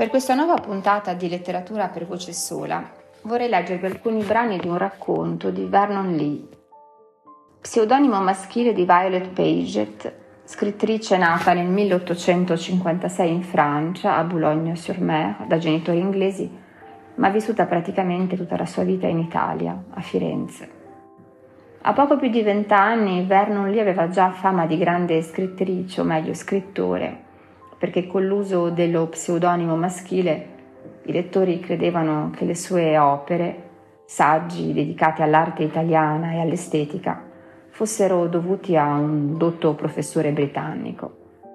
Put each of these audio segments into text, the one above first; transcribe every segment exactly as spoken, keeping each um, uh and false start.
Per questa nuova puntata di Letteratura per voce sola vorrei leggervi alcuni brani di un racconto di Vernon Lee, pseudonimo maschile di Violet Paget, scrittrice nata nel milleottocentocinquantasei in Francia, a Boulogne-sur-Mer, da genitori inglesi, ma vissuta praticamente tutta la sua vita in Italia, a Firenze. A poco più di vent'anni Vernon Lee aveva già fama di grande scrittrice, o meglio scrittore, perché con l'uso dello pseudonimo maschile i lettori credevano che le sue opere, saggi dedicati all'arte italiana e all'estetica, fossero dovuti a un dotto professore britannico.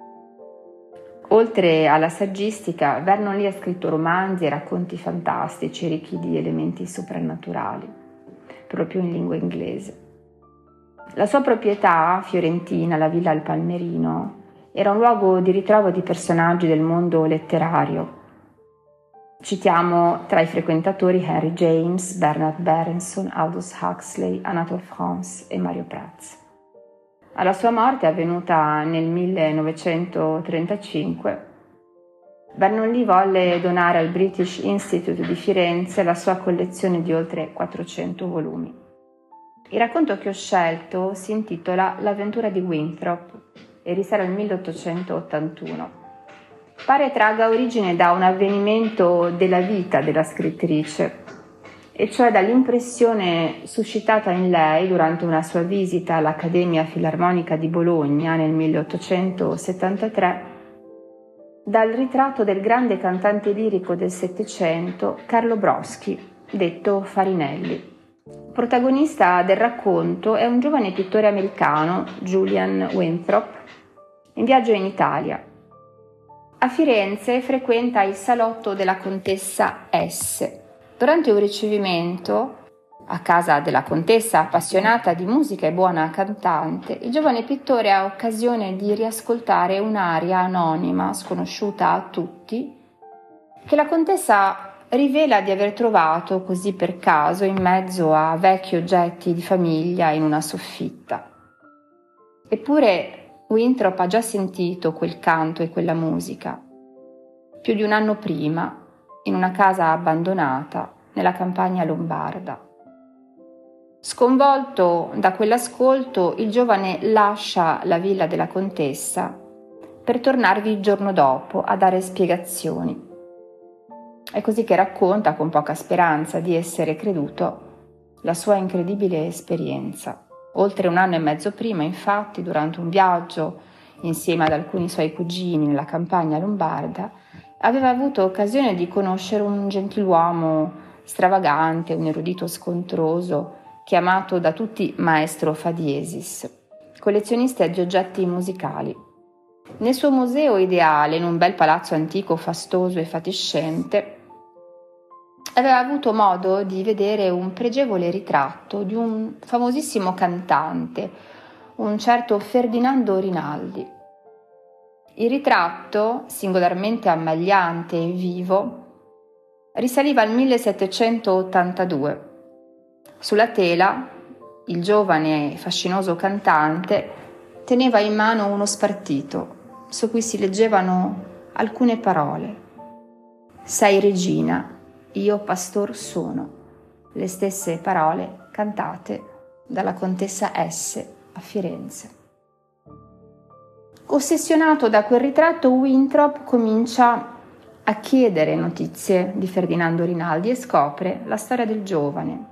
Oltre alla saggistica, Vernon Lee ha scritto romanzi e racconti fantastici ricchi di elementi soprannaturali, proprio in lingua inglese. La sua proprietà fiorentina, la Villa al Palmerino, era un luogo di ritrovo di personaggi del mondo letterario. Citiamo tra i frequentatori Henry James, Bernard Berenson, Aldous Huxley, Anatole France e Mario Prats. Alla sua morte, avvenuta nel millenovecentotrentacinque, Vernon Lee volle donare al British Institute di Firenze la sua collezione di oltre quattrocento volumi. Il racconto che ho scelto si intitola L'avventura di Winthrop e risale al milleottocentottantuno. Pare tragga origine da un avvenimento della vita della scrittrice, e cioè dall'impressione suscitata in lei durante una sua visita all'Accademia Filarmonica di Bologna nel milleottocentosettantatré, dal ritratto del grande cantante lirico del Settecento Carlo Broschi, detto Farinelli. Protagonista del racconto è un giovane pittore americano, Julian Winthrop, in viaggio in Italia. A Firenze frequenta il salotto della contessa S. Durante un ricevimento a casa della contessa, appassionata di musica e buona cantante, il giovane pittore ha occasione di riascoltare un'aria anonima, sconosciuta a tutti, che la contessa rivela di aver trovato così per caso in mezzo a vecchi oggetti di famiglia in una soffitta. Eppure Winthrop ha già sentito quel canto e quella musica più di un anno prima, in una casa abbandonata nella campagna lombarda. Sconvolto da quell'ascolto, il giovane lascia la villa della contessa per tornarvi il giorno dopo a dare spiegazioni. È così che racconta, con poca speranza di essere creduto, la sua incredibile esperienza. Oltre un anno e mezzo prima, infatti, durante un viaggio insieme ad alcuni suoi cugini nella campagna lombarda, aveva avuto occasione di conoscere un gentiluomo stravagante, un erudito scontroso, chiamato da tutti Maestro Fadiesis, collezionista di oggetti musicali. Nel suo museo ideale, in un bel palazzo antico fastoso e fatiscente, aveva avuto modo di vedere un pregevole ritratto di un famosissimo cantante, un certo Ferdinando Rinaldi. Il ritratto, singolarmente ammagliante e vivo, risaliva al millesettecentottantadue. Sulla tela, il giovane e fascinoso cantante teneva in mano uno spartito, su cui si leggevano alcune parole. «Sei regina, io pastor sono», le stesse parole cantate dalla contessa S. a Firenze. Ossessionato da quel ritratto, Winthrop comincia a chiedere notizie di Ferdinando Rinaldi e scopre la storia del giovane.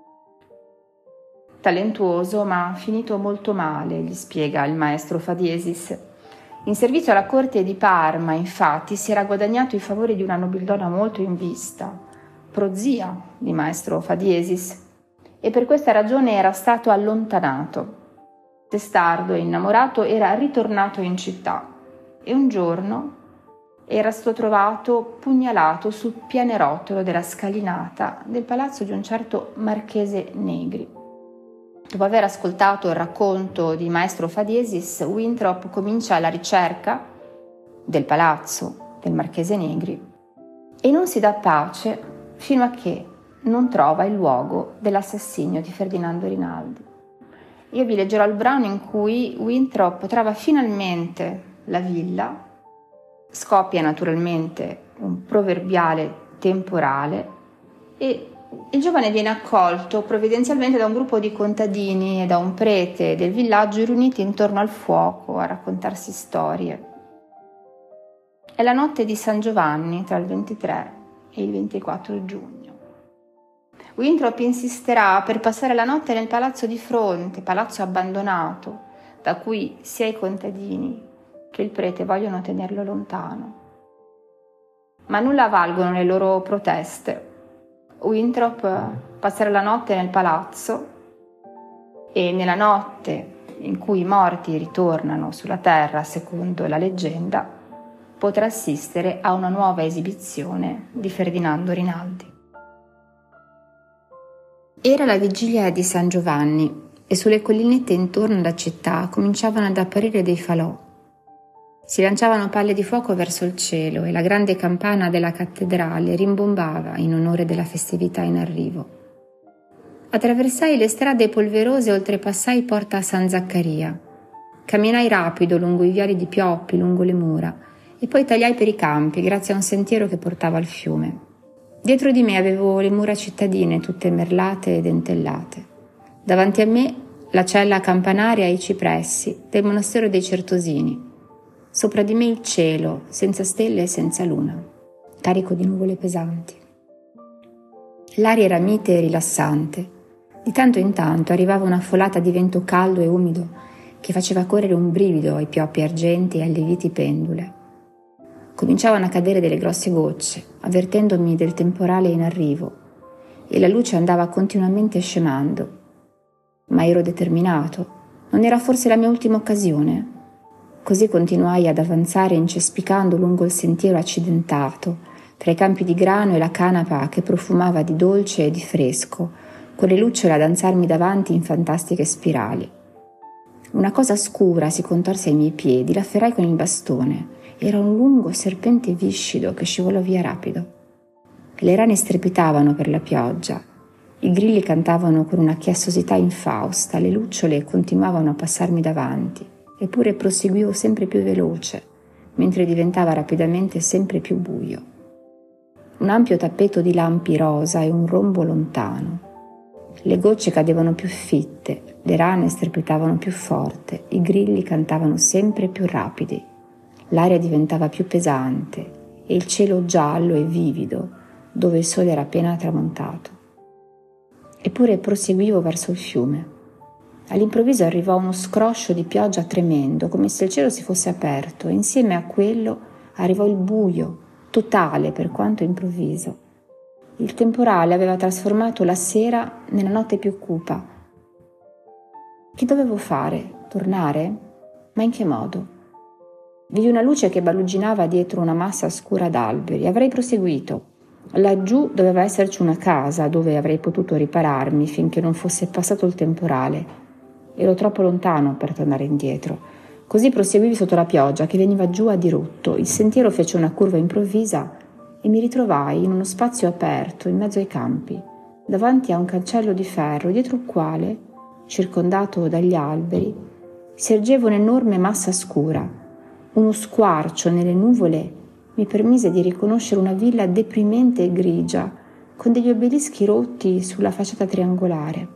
Talentuoso, ma finito molto male, gli spiega il maestro Fadiesis. In servizio alla corte di Parma, infatti, si era guadagnato i favori di una nobildonna molto in vista, prozia di maestro Fadiesis, e per questa ragione era stato allontanato. Testardo e innamorato era ritornato in città e un giorno era stato trovato pugnalato sul pianerottolo della scalinata del palazzo di un certo marchese Negri. Dopo aver ascoltato il racconto di maestro Fadiesis, Winthrop comincia la ricerca del palazzo del marchese Negri e non si dà pace fino a che non trova il luogo dell'assassinio di Ferdinando Rinaldi. Io vi leggerò il brano in cui Winthrop trova finalmente la villa Scoppia naturalmente un proverbiale temporale e il giovane viene accolto provvidenzialmente da un gruppo di contadini e da un prete del villaggio riuniti intorno al fuoco a raccontarsi storie. È la notte di San Giovanni tra il ventitré e il ventiquattro giugno. Winthrop insisterà per passare la notte nel palazzo di fronte, palazzo abbandonato, da cui sia i contadini che il prete vogliono tenerlo lontano. Ma nulla valgono le loro proteste. Winthrop passerà la notte nel palazzo e nella notte in cui i morti ritornano sulla terra, secondo la leggenda, potrà assistere a una nuova esibizione di Ferdinando Rinaldi. Era la vigilia di San Giovanni e sulle collinette intorno alla città cominciavano ad apparire dei falò. Si lanciavano palle di fuoco verso il cielo e la grande campana della cattedrale rimbombava in onore della festività in arrivo. Attraversai le strade polverose e oltrepassai Porta San Zaccaria. Camminai rapido lungo i viali di pioppi, lungo le mura, e poi tagliai per i campi grazie a un sentiero che portava al fiume. Dietro di me avevo le mura cittadine tutte merlate e dentellate. Davanti a me la cella campanaria e i cipressi del monastero dei Certosini. Sopra di me il cielo, senza stelle e senza luna, carico di nuvole pesanti. L'aria era mite e rilassante. Di tanto in tanto arrivava una folata di vento caldo e umido che faceva correre un brivido ai pioppi argenti e alle viti pendule. Cominciavano a cadere delle grosse gocce, avvertendomi del temporale in arrivo, e la luce andava continuamente scemando. Ma ero determinato. Non era forse la mia ultima occasione? Così continuai ad avanzare incespicando lungo il sentiero accidentato, tra i campi di grano e la canapa che profumava di dolce e di fresco, con le lucciole a danzarmi davanti in fantastiche spirali. Una cosa scura si contorse ai miei piedi, l'afferrai con il bastone. Era un lungo serpente viscido che scivolò via rapido. Le rane strepitavano per la pioggia, i grilli cantavano con una chiassosità infausta, le lucciole continuavano a passarmi davanti. Eppure proseguivo sempre più veloce, mentre diventava rapidamente sempre più buio. Un ampio tappeto di lampi rosa e un rombo lontano. Le gocce cadevano più fitte, le rane strepitavano più forte, i grilli cantavano sempre più rapidi. L'aria diventava più pesante e il cielo giallo e vivido, dove il sole era appena tramontato. Eppure proseguivo verso il fiume. All'improvviso arrivò uno scroscio di pioggia tremendo, come se il cielo si fosse aperto, e insieme a quello arrivò il buio, totale per quanto improvviso. Il temporale aveva trasformato la sera nella notte più cupa. Che dovevo fare? Tornare? Ma in che modo? Vidi una luce che baluginava dietro una massa scura d'alberi. Avrei proseguito. Laggiù doveva esserci una casa dove avrei potuto ripararmi finché non fosse passato il temporale. Ero troppo lontano per tornare indietro. Così proseguivi sotto la pioggia che veniva giù a dirotto. Il sentiero fece una curva improvvisa e mi ritrovai in uno spazio aperto in mezzo ai campi, davanti a un cancello di ferro, dietro il quale, circondato dagli alberi, si ergeva un'enorme massa scura. Uno squarcio nelle nuvole mi permise di riconoscere una villa deprimente e grigia, con degli obelischi rotti sulla facciata triangolare.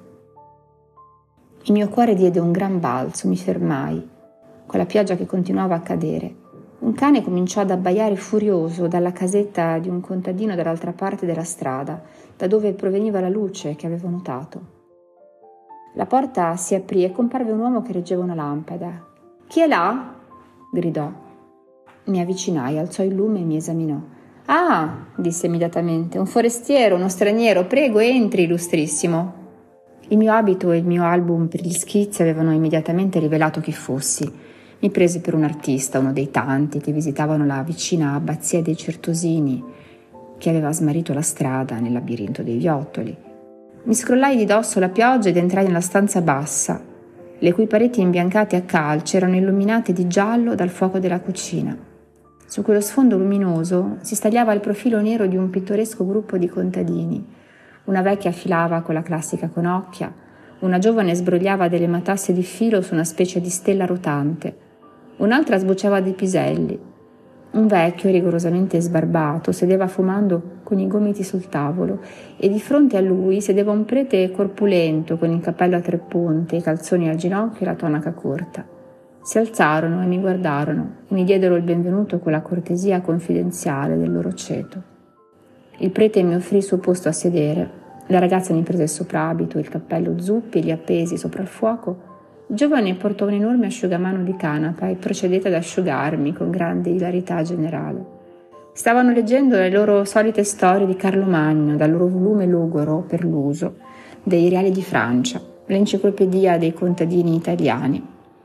Il mio cuore diede un gran balzo, mi fermai, con la pioggia che continuava a cadere. Un cane cominciò ad abbaiare furioso dalla casetta di un contadino dall'altra parte della strada, da dove proveniva la luce che avevo notato. La porta si aprì e comparve un uomo che reggeva una lampada. «Chi è là?» gridò. Mi avvicinai, alzò il lume e mi esaminò. «Ah!» disse immediatamente. «Un forestiero, uno straniero. Prego, entri, illustrissimo». Il mio abito e il mio album per gli schizzi avevano immediatamente rivelato chi fossi. Mi prese per un artista, uno dei tanti che visitavano la vicina abbazia dei Certosini, che aveva smarrito la strada nel labirinto dei viottoli. Mi scrollai di dosso la pioggia ed entrai nella stanza bassa, le cui pareti imbiancate a calce erano illuminate di giallo dal fuoco della cucina. Su quello sfondo luminoso si stagliava il profilo nero di un pittoresco gruppo di contadini. Una vecchia filava con la classica conocchia, una giovane sbrogliava delle matasse di filo su una specie di stella rotante, un'altra sbocciava dei piselli. Un vecchio rigorosamente sbarbato sedeva fumando con i gomiti sul tavolo e di fronte a lui sedeva un prete corpulento con il cappello a tre punte, i calzoni al ginocchio e la tonaca corta. Si alzarono e mi guardarono e mi diedero il benvenuto con la cortesia confidenziale del loro ceto. Il prete mi offrì il suo posto a sedere, la ragazza mi prese il soprabito, il cappello zuppi e li appesi sopra il fuoco. Il giovane portò un enorme asciugamano di canapa e procedette ad asciugarmi con grande ilarità generale. Stavano leggendo le loro solite storie di Carlo Magno dal loro volume logoro per l'uso dei Reali di Francia, l'enciclopedia dei contadini italiani.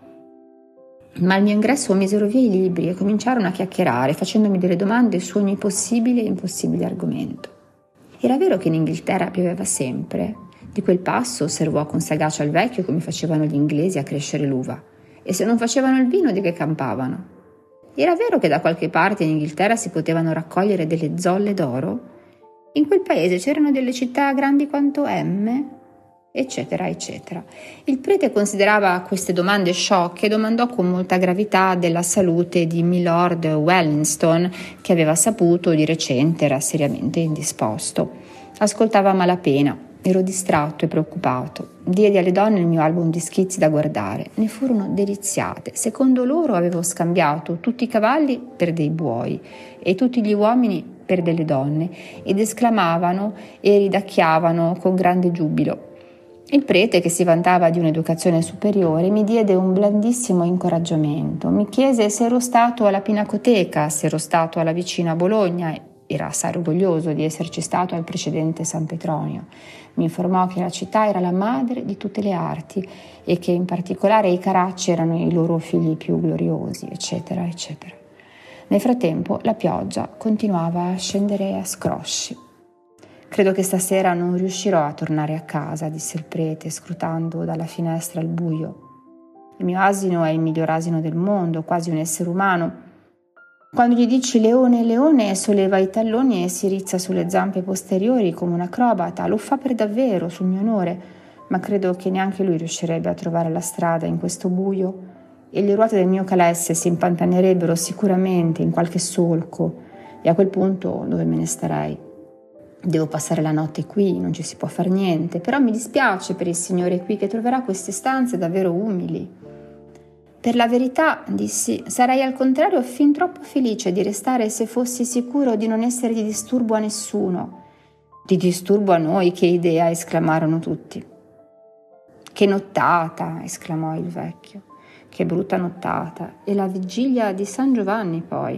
Ma al mio ingresso misero via i libri e cominciarono a chiacchierare, facendomi delle domande su ogni possibile e impossibile argomento. Era vero che in Inghilterra pioveva sempre? Di quel passo osservò con sagacia il vecchio come facevano gli inglesi a crescere l'uva. E se non facevano il vino, di che campavano? Era vero che da qualche parte in Inghilterra si potevano raccogliere delle zolle d'oro? In quel paese c'erano delle città grandi quanto M? Eccetera, eccetera. Il prete considerava queste domande sciocche e domandò con molta gravità della salute di Milord Wellington, che aveva saputo di recente era seriamente indisposto. Ascoltava a malapena. Ero distratto e preoccupato. Diedi alle donne il mio album di schizzi da guardare. Ne furono deliziate. Secondo loro avevo scambiato tutti i cavalli per dei buoi e tutti gli uomini per delle donne, ed esclamavano e ridacchiavano con grande giubilo. Il prete, che si vantava di un'educazione superiore, mi diede un blandissimo incoraggiamento. Mi chiese se ero stato alla Pinacoteca, se ero stato alla vicina Bologna. Era assai orgoglioso di esserci stato al precedente San Petronio. Mi informò che la città era la madre di tutte le arti e che in particolare i Caracci erano i loro figli più gloriosi, eccetera, eccetera. Nel frattempo la pioggia continuava a scendere a scrosci. «Credo che stasera non riuscirò a tornare a casa», disse il prete, scrutando dalla finestra il buio. «Il mio asino è il miglior asino del mondo, quasi un essere umano. Quando gli dici leone, leone, solleva i talloni e si rizza sulle zampe posteriori come un acrobata. Lo fa per davvero, sul mio onore, ma credo che neanche lui riuscirebbe a trovare la strada in questo buio e le ruote del mio calesse si impantanerebbero sicuramente in qualche solco e a quel punto dove me ne starei? Devo passare la notte qui, non ci si può far niente, però mi dispiace per il signore qui che troverà queste stanze davvero umili». «Per la verità», dissi, «sarei al contrario fin troppo felice di restare se fossi sicuro di non essere di disturbo a nessuno». «Di disturbo a noi, che idea!» esclamarono tutti. «Che nottata!» esclamò il vecchio. «Che brutta nottata! E la vigilia di San Giovanni poi!»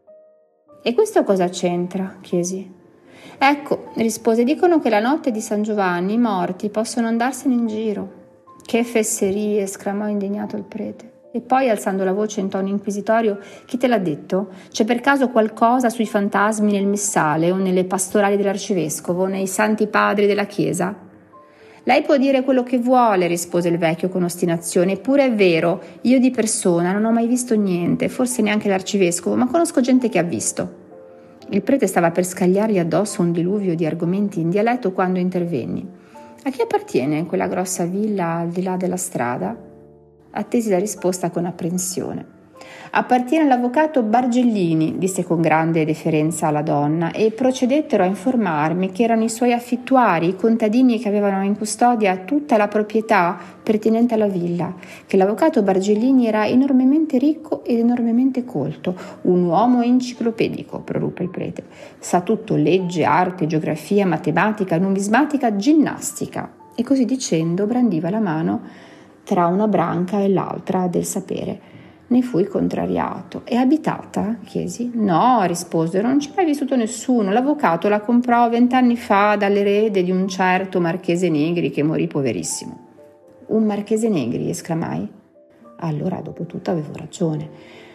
«E questo cosa c'entra?» chiesi. «Ecco», rispose, «dicono che la notte di San Giovanni i morti possono andarsene in giro». «Che fesserie!» esclamò indignato il prete. E poi, alzando la voce in tono inquisitorio, «Chi te l'ha detto? C'è per caso qualcosa sui fantasmi nel messale o nelle pastorali dell'arcivescovo o nei santi padri della chiesa?» «Lei può dire quello che vuole», rispose il vecchio con ostinazione, «eppure è vero, io di persona non ho mai visto niente, forse neanche l'arcivescovo, ma conosco gente che ha visto». Il prete stava per scagliargli addosso un diluvio di argomenti in dialetto quando intervenni. «A chi appartiene quella grossa villa al di là della strada?» Attesi la risposta con apprensione. «Appartiene all'avvocato Bargellini», disse con grande deferenza alla donna, e procedettero a informarmi che erano i suoi affittuari, i contadini che avevano in custodia tutta la proprietà pertinente alla villa, che l'avvocato Bargellini era enormemente ricco ed enormemente colto, un uomo enciclopedico, proruppe il prete. Sa tutto, legge, arte, geografia, matematica, numismatica, ginnastica. E così dicendo brandiva la mano tra una branca e l'altra del sapere. Ne fui contrariato. «È abitata?» chiesi. «No», risposero, «non ci ha mai vissuto nessuno. L'avvocato la comprò vent'anni fa dall'erede di un certo Marchese Negri che morì poverissimo». «Un Marchese Negri?» esclamai. Allora, dopo tutto, avevo ragione.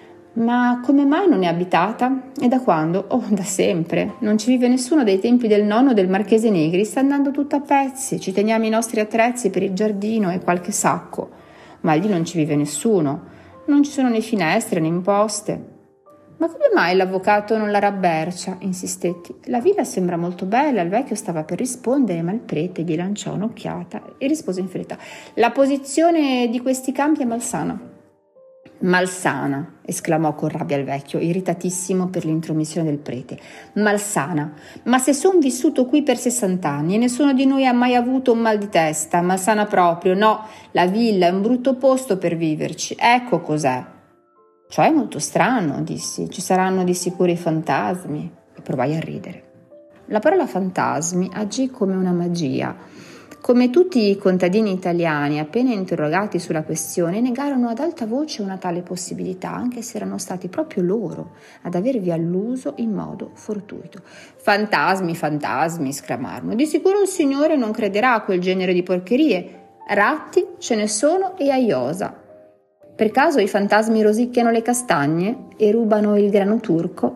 «Ma come mai non è abitata? E da quando?» «Oh, da sempre. Non ci vive nessuno dai tempi del nonno del Marchese Negri. Sta andando tutto a pezzi. Ci teniamo i nostri attrezzi per il giardino e qualche sacco. Ma lì non ci vive nessuno. Non ci sono né finestre né imposte». «Ma come mai l'avvocato non la rabbercia?» insistetti. «La villa sembra molto bella». Il vecchio stava per rispondere, ma il prete gli lanciò un'occhiata e rispose in fretta: «La posizione di questi campi è malsana. Malsana, esclamò con rabbia il vecchio, irritatissimo per l'intromissione del prete. Malsana, ma se son vissuto qui per sessant'anni e nessuno di noi ha mai avuto un mal di testa, malsana proprio, no, la villa è un brutto posto per viverci, ecco cos'è. Ciò è molto strano, dissi, ci saranno di sicuro i fantasmi, e provai a ridere. La parola fantasmi agì come una magia. Come tutti i contadini italiani, appena interrogati sulla questione, negarono ad alta voce una tale possibilità, anche se erano stati proprio loro ad avervi alluso in modo fortuito. Fantasmi, fantasmi, esclamarono. Di sicuro il Signore non crederà a quel genere di porcherie. Ratti ce ne sono e a iosa. Per caso i fantasmi rosicchiano le castagne e rubano il grano turco?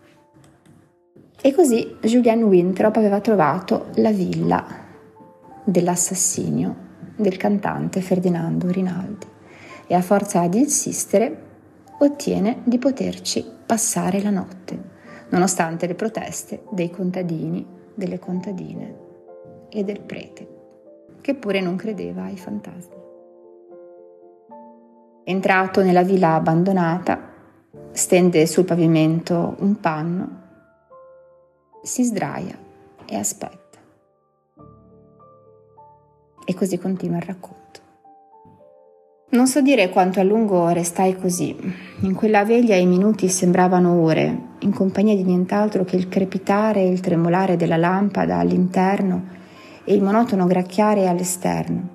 E così Julien Winthrop aveva trovato la villa dell'assassinio del cantante Ferdinando Rinaldi e a forza di insistere ottiene di poterci passare la notte, nonostante le proteste dei contadini, delle contadine e del prete, che pure non credeva ai fantasmi. Entrato nella villa abbandonata, stende sul pavimento un panno, si sdraia e aspetta. E così continua il racconto. Non so dire quanto a lungo restai così. In quella veglia i minuti sembravano ore, in compagnia di nient'altro che il crepitare e il tremolare della lampada all'interno e il monotono gracchiare all'esterno.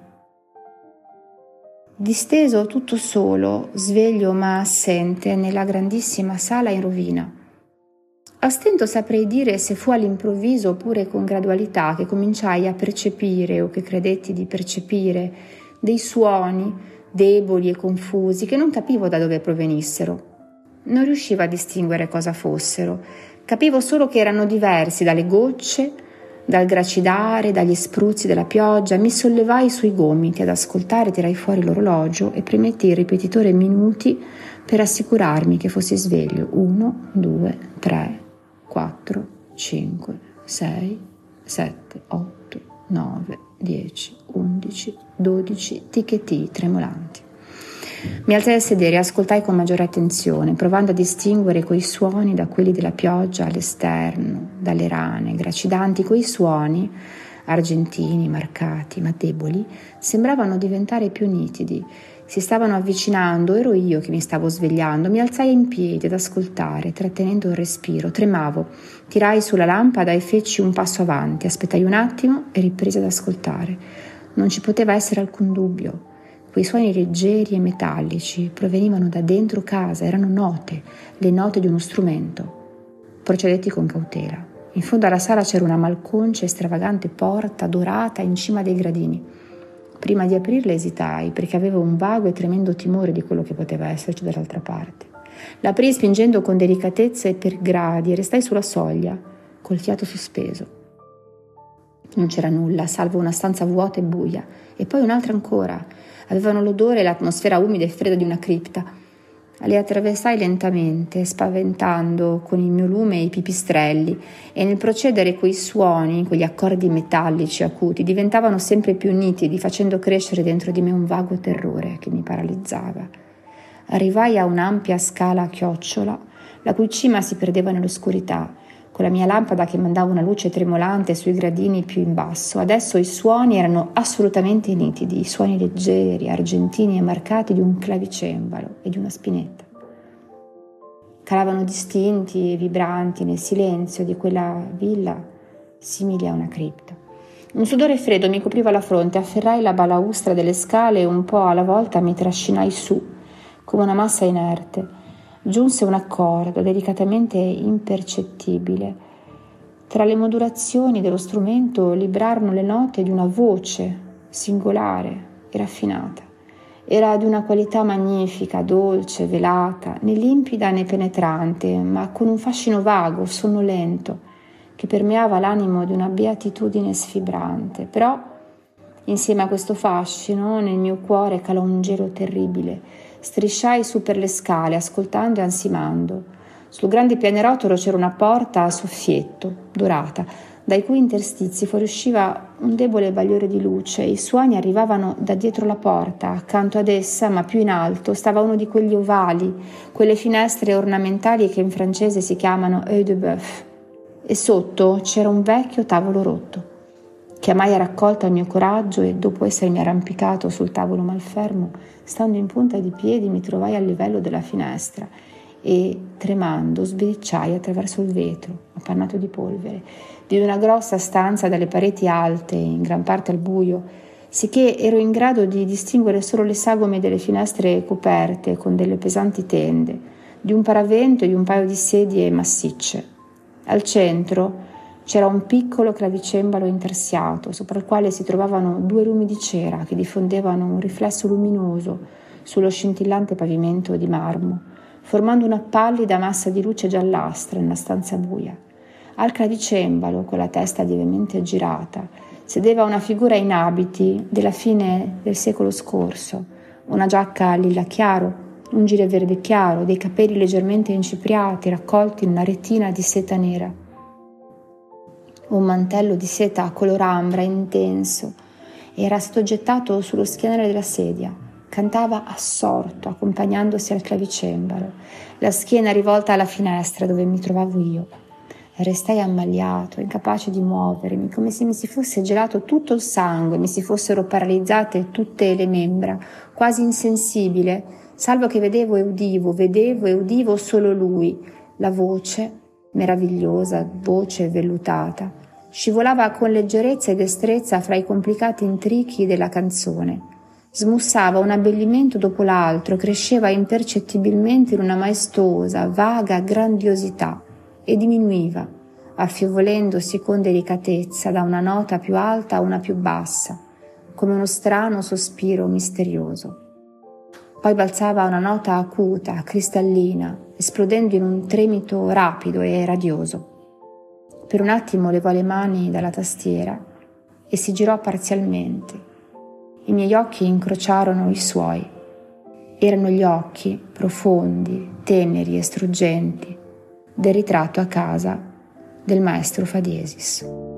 Disteso tutto solo, sveglio ma assente, nella grandissima sala in rovina. A stento saprei dire se fu all'improvviso oppure con gradualità che cominciai a percepire, o che credetti di percepire, dei suoni deboli e confusi che non capivo da dove provenissero. Non riuscivo a distinguere cosa fossero, capivo solo che erano diversi dalle gocce, dal gracidare, dagli spruzzi della pioggia. Mi sollevai sui gomiti ad ascoltare, tirai fuori l'orologio e premetti il ripetitore minuti per assicurarmi che fossi sveglio. Uno, due, tre, quattro, cinque, sei, sette, otto, nove, dieci, undici, dodici ticchetti tremolanti. Mi alzai a sedere e ascoltai con maggiore attenzione, provando a distinguere quei suoni da quelli della pioggia all'esterno, dalle rane gracidanti. Quei suoni, argentini, marcati, ma deboli, sembravano diventare più nitidi. Si stavano avvicinando, ero io che mi stavo svegliando. Mi alzai in piedi ad ascoltare, trattenendo il respiro. Tremavo, tirai sulla lampada e feci un passo avanti. Aspettai un attimo e ripresi ad ascoltare. Non ci poteva essere alcun dubbio. Quei suoni leggeri e metallici provenivano da dentro casa, erano note, le note di uno strumento. Procedetti con cautela. In fondo alla sala c'era una malconcia e stravagante porta dorata in cima dei gradini. Prima di aprirla esitai, perché avevo un vago e tremendo timore di quello che poteva esserci dall'altra parte. L'aprii spingendo con delicatezza e per gradi e restai sulla soglia, col fiato sospeso. Non c'era nulla, salvo una stanza vuota e buia, e poi un'altra ancora. Avevano l'odore e l'atmosfera umida e fredda di una cripta. Le attraversai lentamente, spaventando con il mio lume i pipistrelli, e nel procedere quei suoni, quegli accordi metallici acuti, diventavano sempre più nitidi, facendo crescere dentro di me un vago terrore che mi paralizzava. Arrivai a un'ampia scala a chiocciola, la cui cima si perdeva nell'oscurità, con la mia lampada che mandava una luce tremolante sui gradini più in basso. Adesso i suoni erano assolutamente nitidi, i suoni leggeri, argentini e marcati di un clavicembalo e di una spinetta. Calavano distinti e vibranti nel silenzio di quella villa simile a una cripta. Un sudore freddo mi copriva la fronte, afferrai la balaustra delle scale e un po' alla volta mi trascinai su, come una massa inerte. Giunse un accordo delicatamente impercettibile. Tra le modulazioni dello strumento librarono le note di una voce singolare e raffinata. Era di una qualità magnifica, dolce, velata, né limpida né penetrante, ma con un fascino vago, sonnolento, che permeava l'animo di una beatitudine sfibrante. Però, insieme a questo fascino, nel mio cuore calò un gelo terribile. Strisciai su per le scale, ascoltando e ansimando. Sul grande pianerottolo c'era una porta a soffietto, dorata, dai cui interstizi fuoriusciva un debole bagliore di luce. I suoni arrivavano da dietro la porta. Accanto ad essa, ma più in alto, stava uno di quegli ovali, quelle finestre ornamentali che in francese si chiamano œil de bœuf. E sotto c'era un vecchio tavolo rotto. Chiamai a raccolta il mio coraggio e, dopo essermi arrampicato sul tavolo malfermo, stando in punta di piedi, mi trovai al livello della finestra e, tremando, sbiricciai attraverso il vetro, appannato di polvere, di una grossa stanza dalle pareti alte, in gran parte al buio, sicché ero in grado di distinguere solo le sagome delle finestre coperte con delle pesanti tende, di un paravento e di un paio di sedie massicce. Al centro c'era un piccolo clavicembalo intarsiato, sopra il quale si trovavano due lumi di cera che diffondevano un riflesso luminoso sullo scintillante pavimento di marmo, formando una pallida massa di luce giallastra nella stanza buia. Al clavicembalo, con la testa lievemente girata, sedeva una figura in abiti della fine del secolo scorso, una giacca lilla chiaro, un gilet verde chiaro, dei capelli leggermente incipriati raccolti in una retina di seta nera. Un mantello di seta color ambra intenso era stato gettato sullo schienale della sedia. Cantava assorto, accompagnandosi al clavicembalo, la schiena rivolta alla finestra dove mi trovavo io. Restai ammaliato, incapace di muovermi, come se mi si fosse gelato tutto il sangue, mi si fossero paralizzate tutte le membra, quasi insensibile, salvo che vedevo e udivo, vedevo e udivo solo lui, la voce, meravigliosa voce vellutata, scivolava con leggerezza e destrezza fra i complicati intrichi della canzone. Smussava un abbellimento dopo l'altro, cresceva impercettibilmente in una maestosa, vaga grandiosità e diminuiva, affievolendosi con delicatezza da una nota più alta a una più bassa, come uno strano sospiro misterioso. Poi balzava una nota acuta, cristallina, esplodendo in un tremito rapido e radioso. Per un attimo levò le mani dalla tastiera e si girò parzialmente. I miei occhi incrociarono i suoi. Erano gli occhi profondi, teneri e struggenti del ritratto a casa del maestro Fa diesis.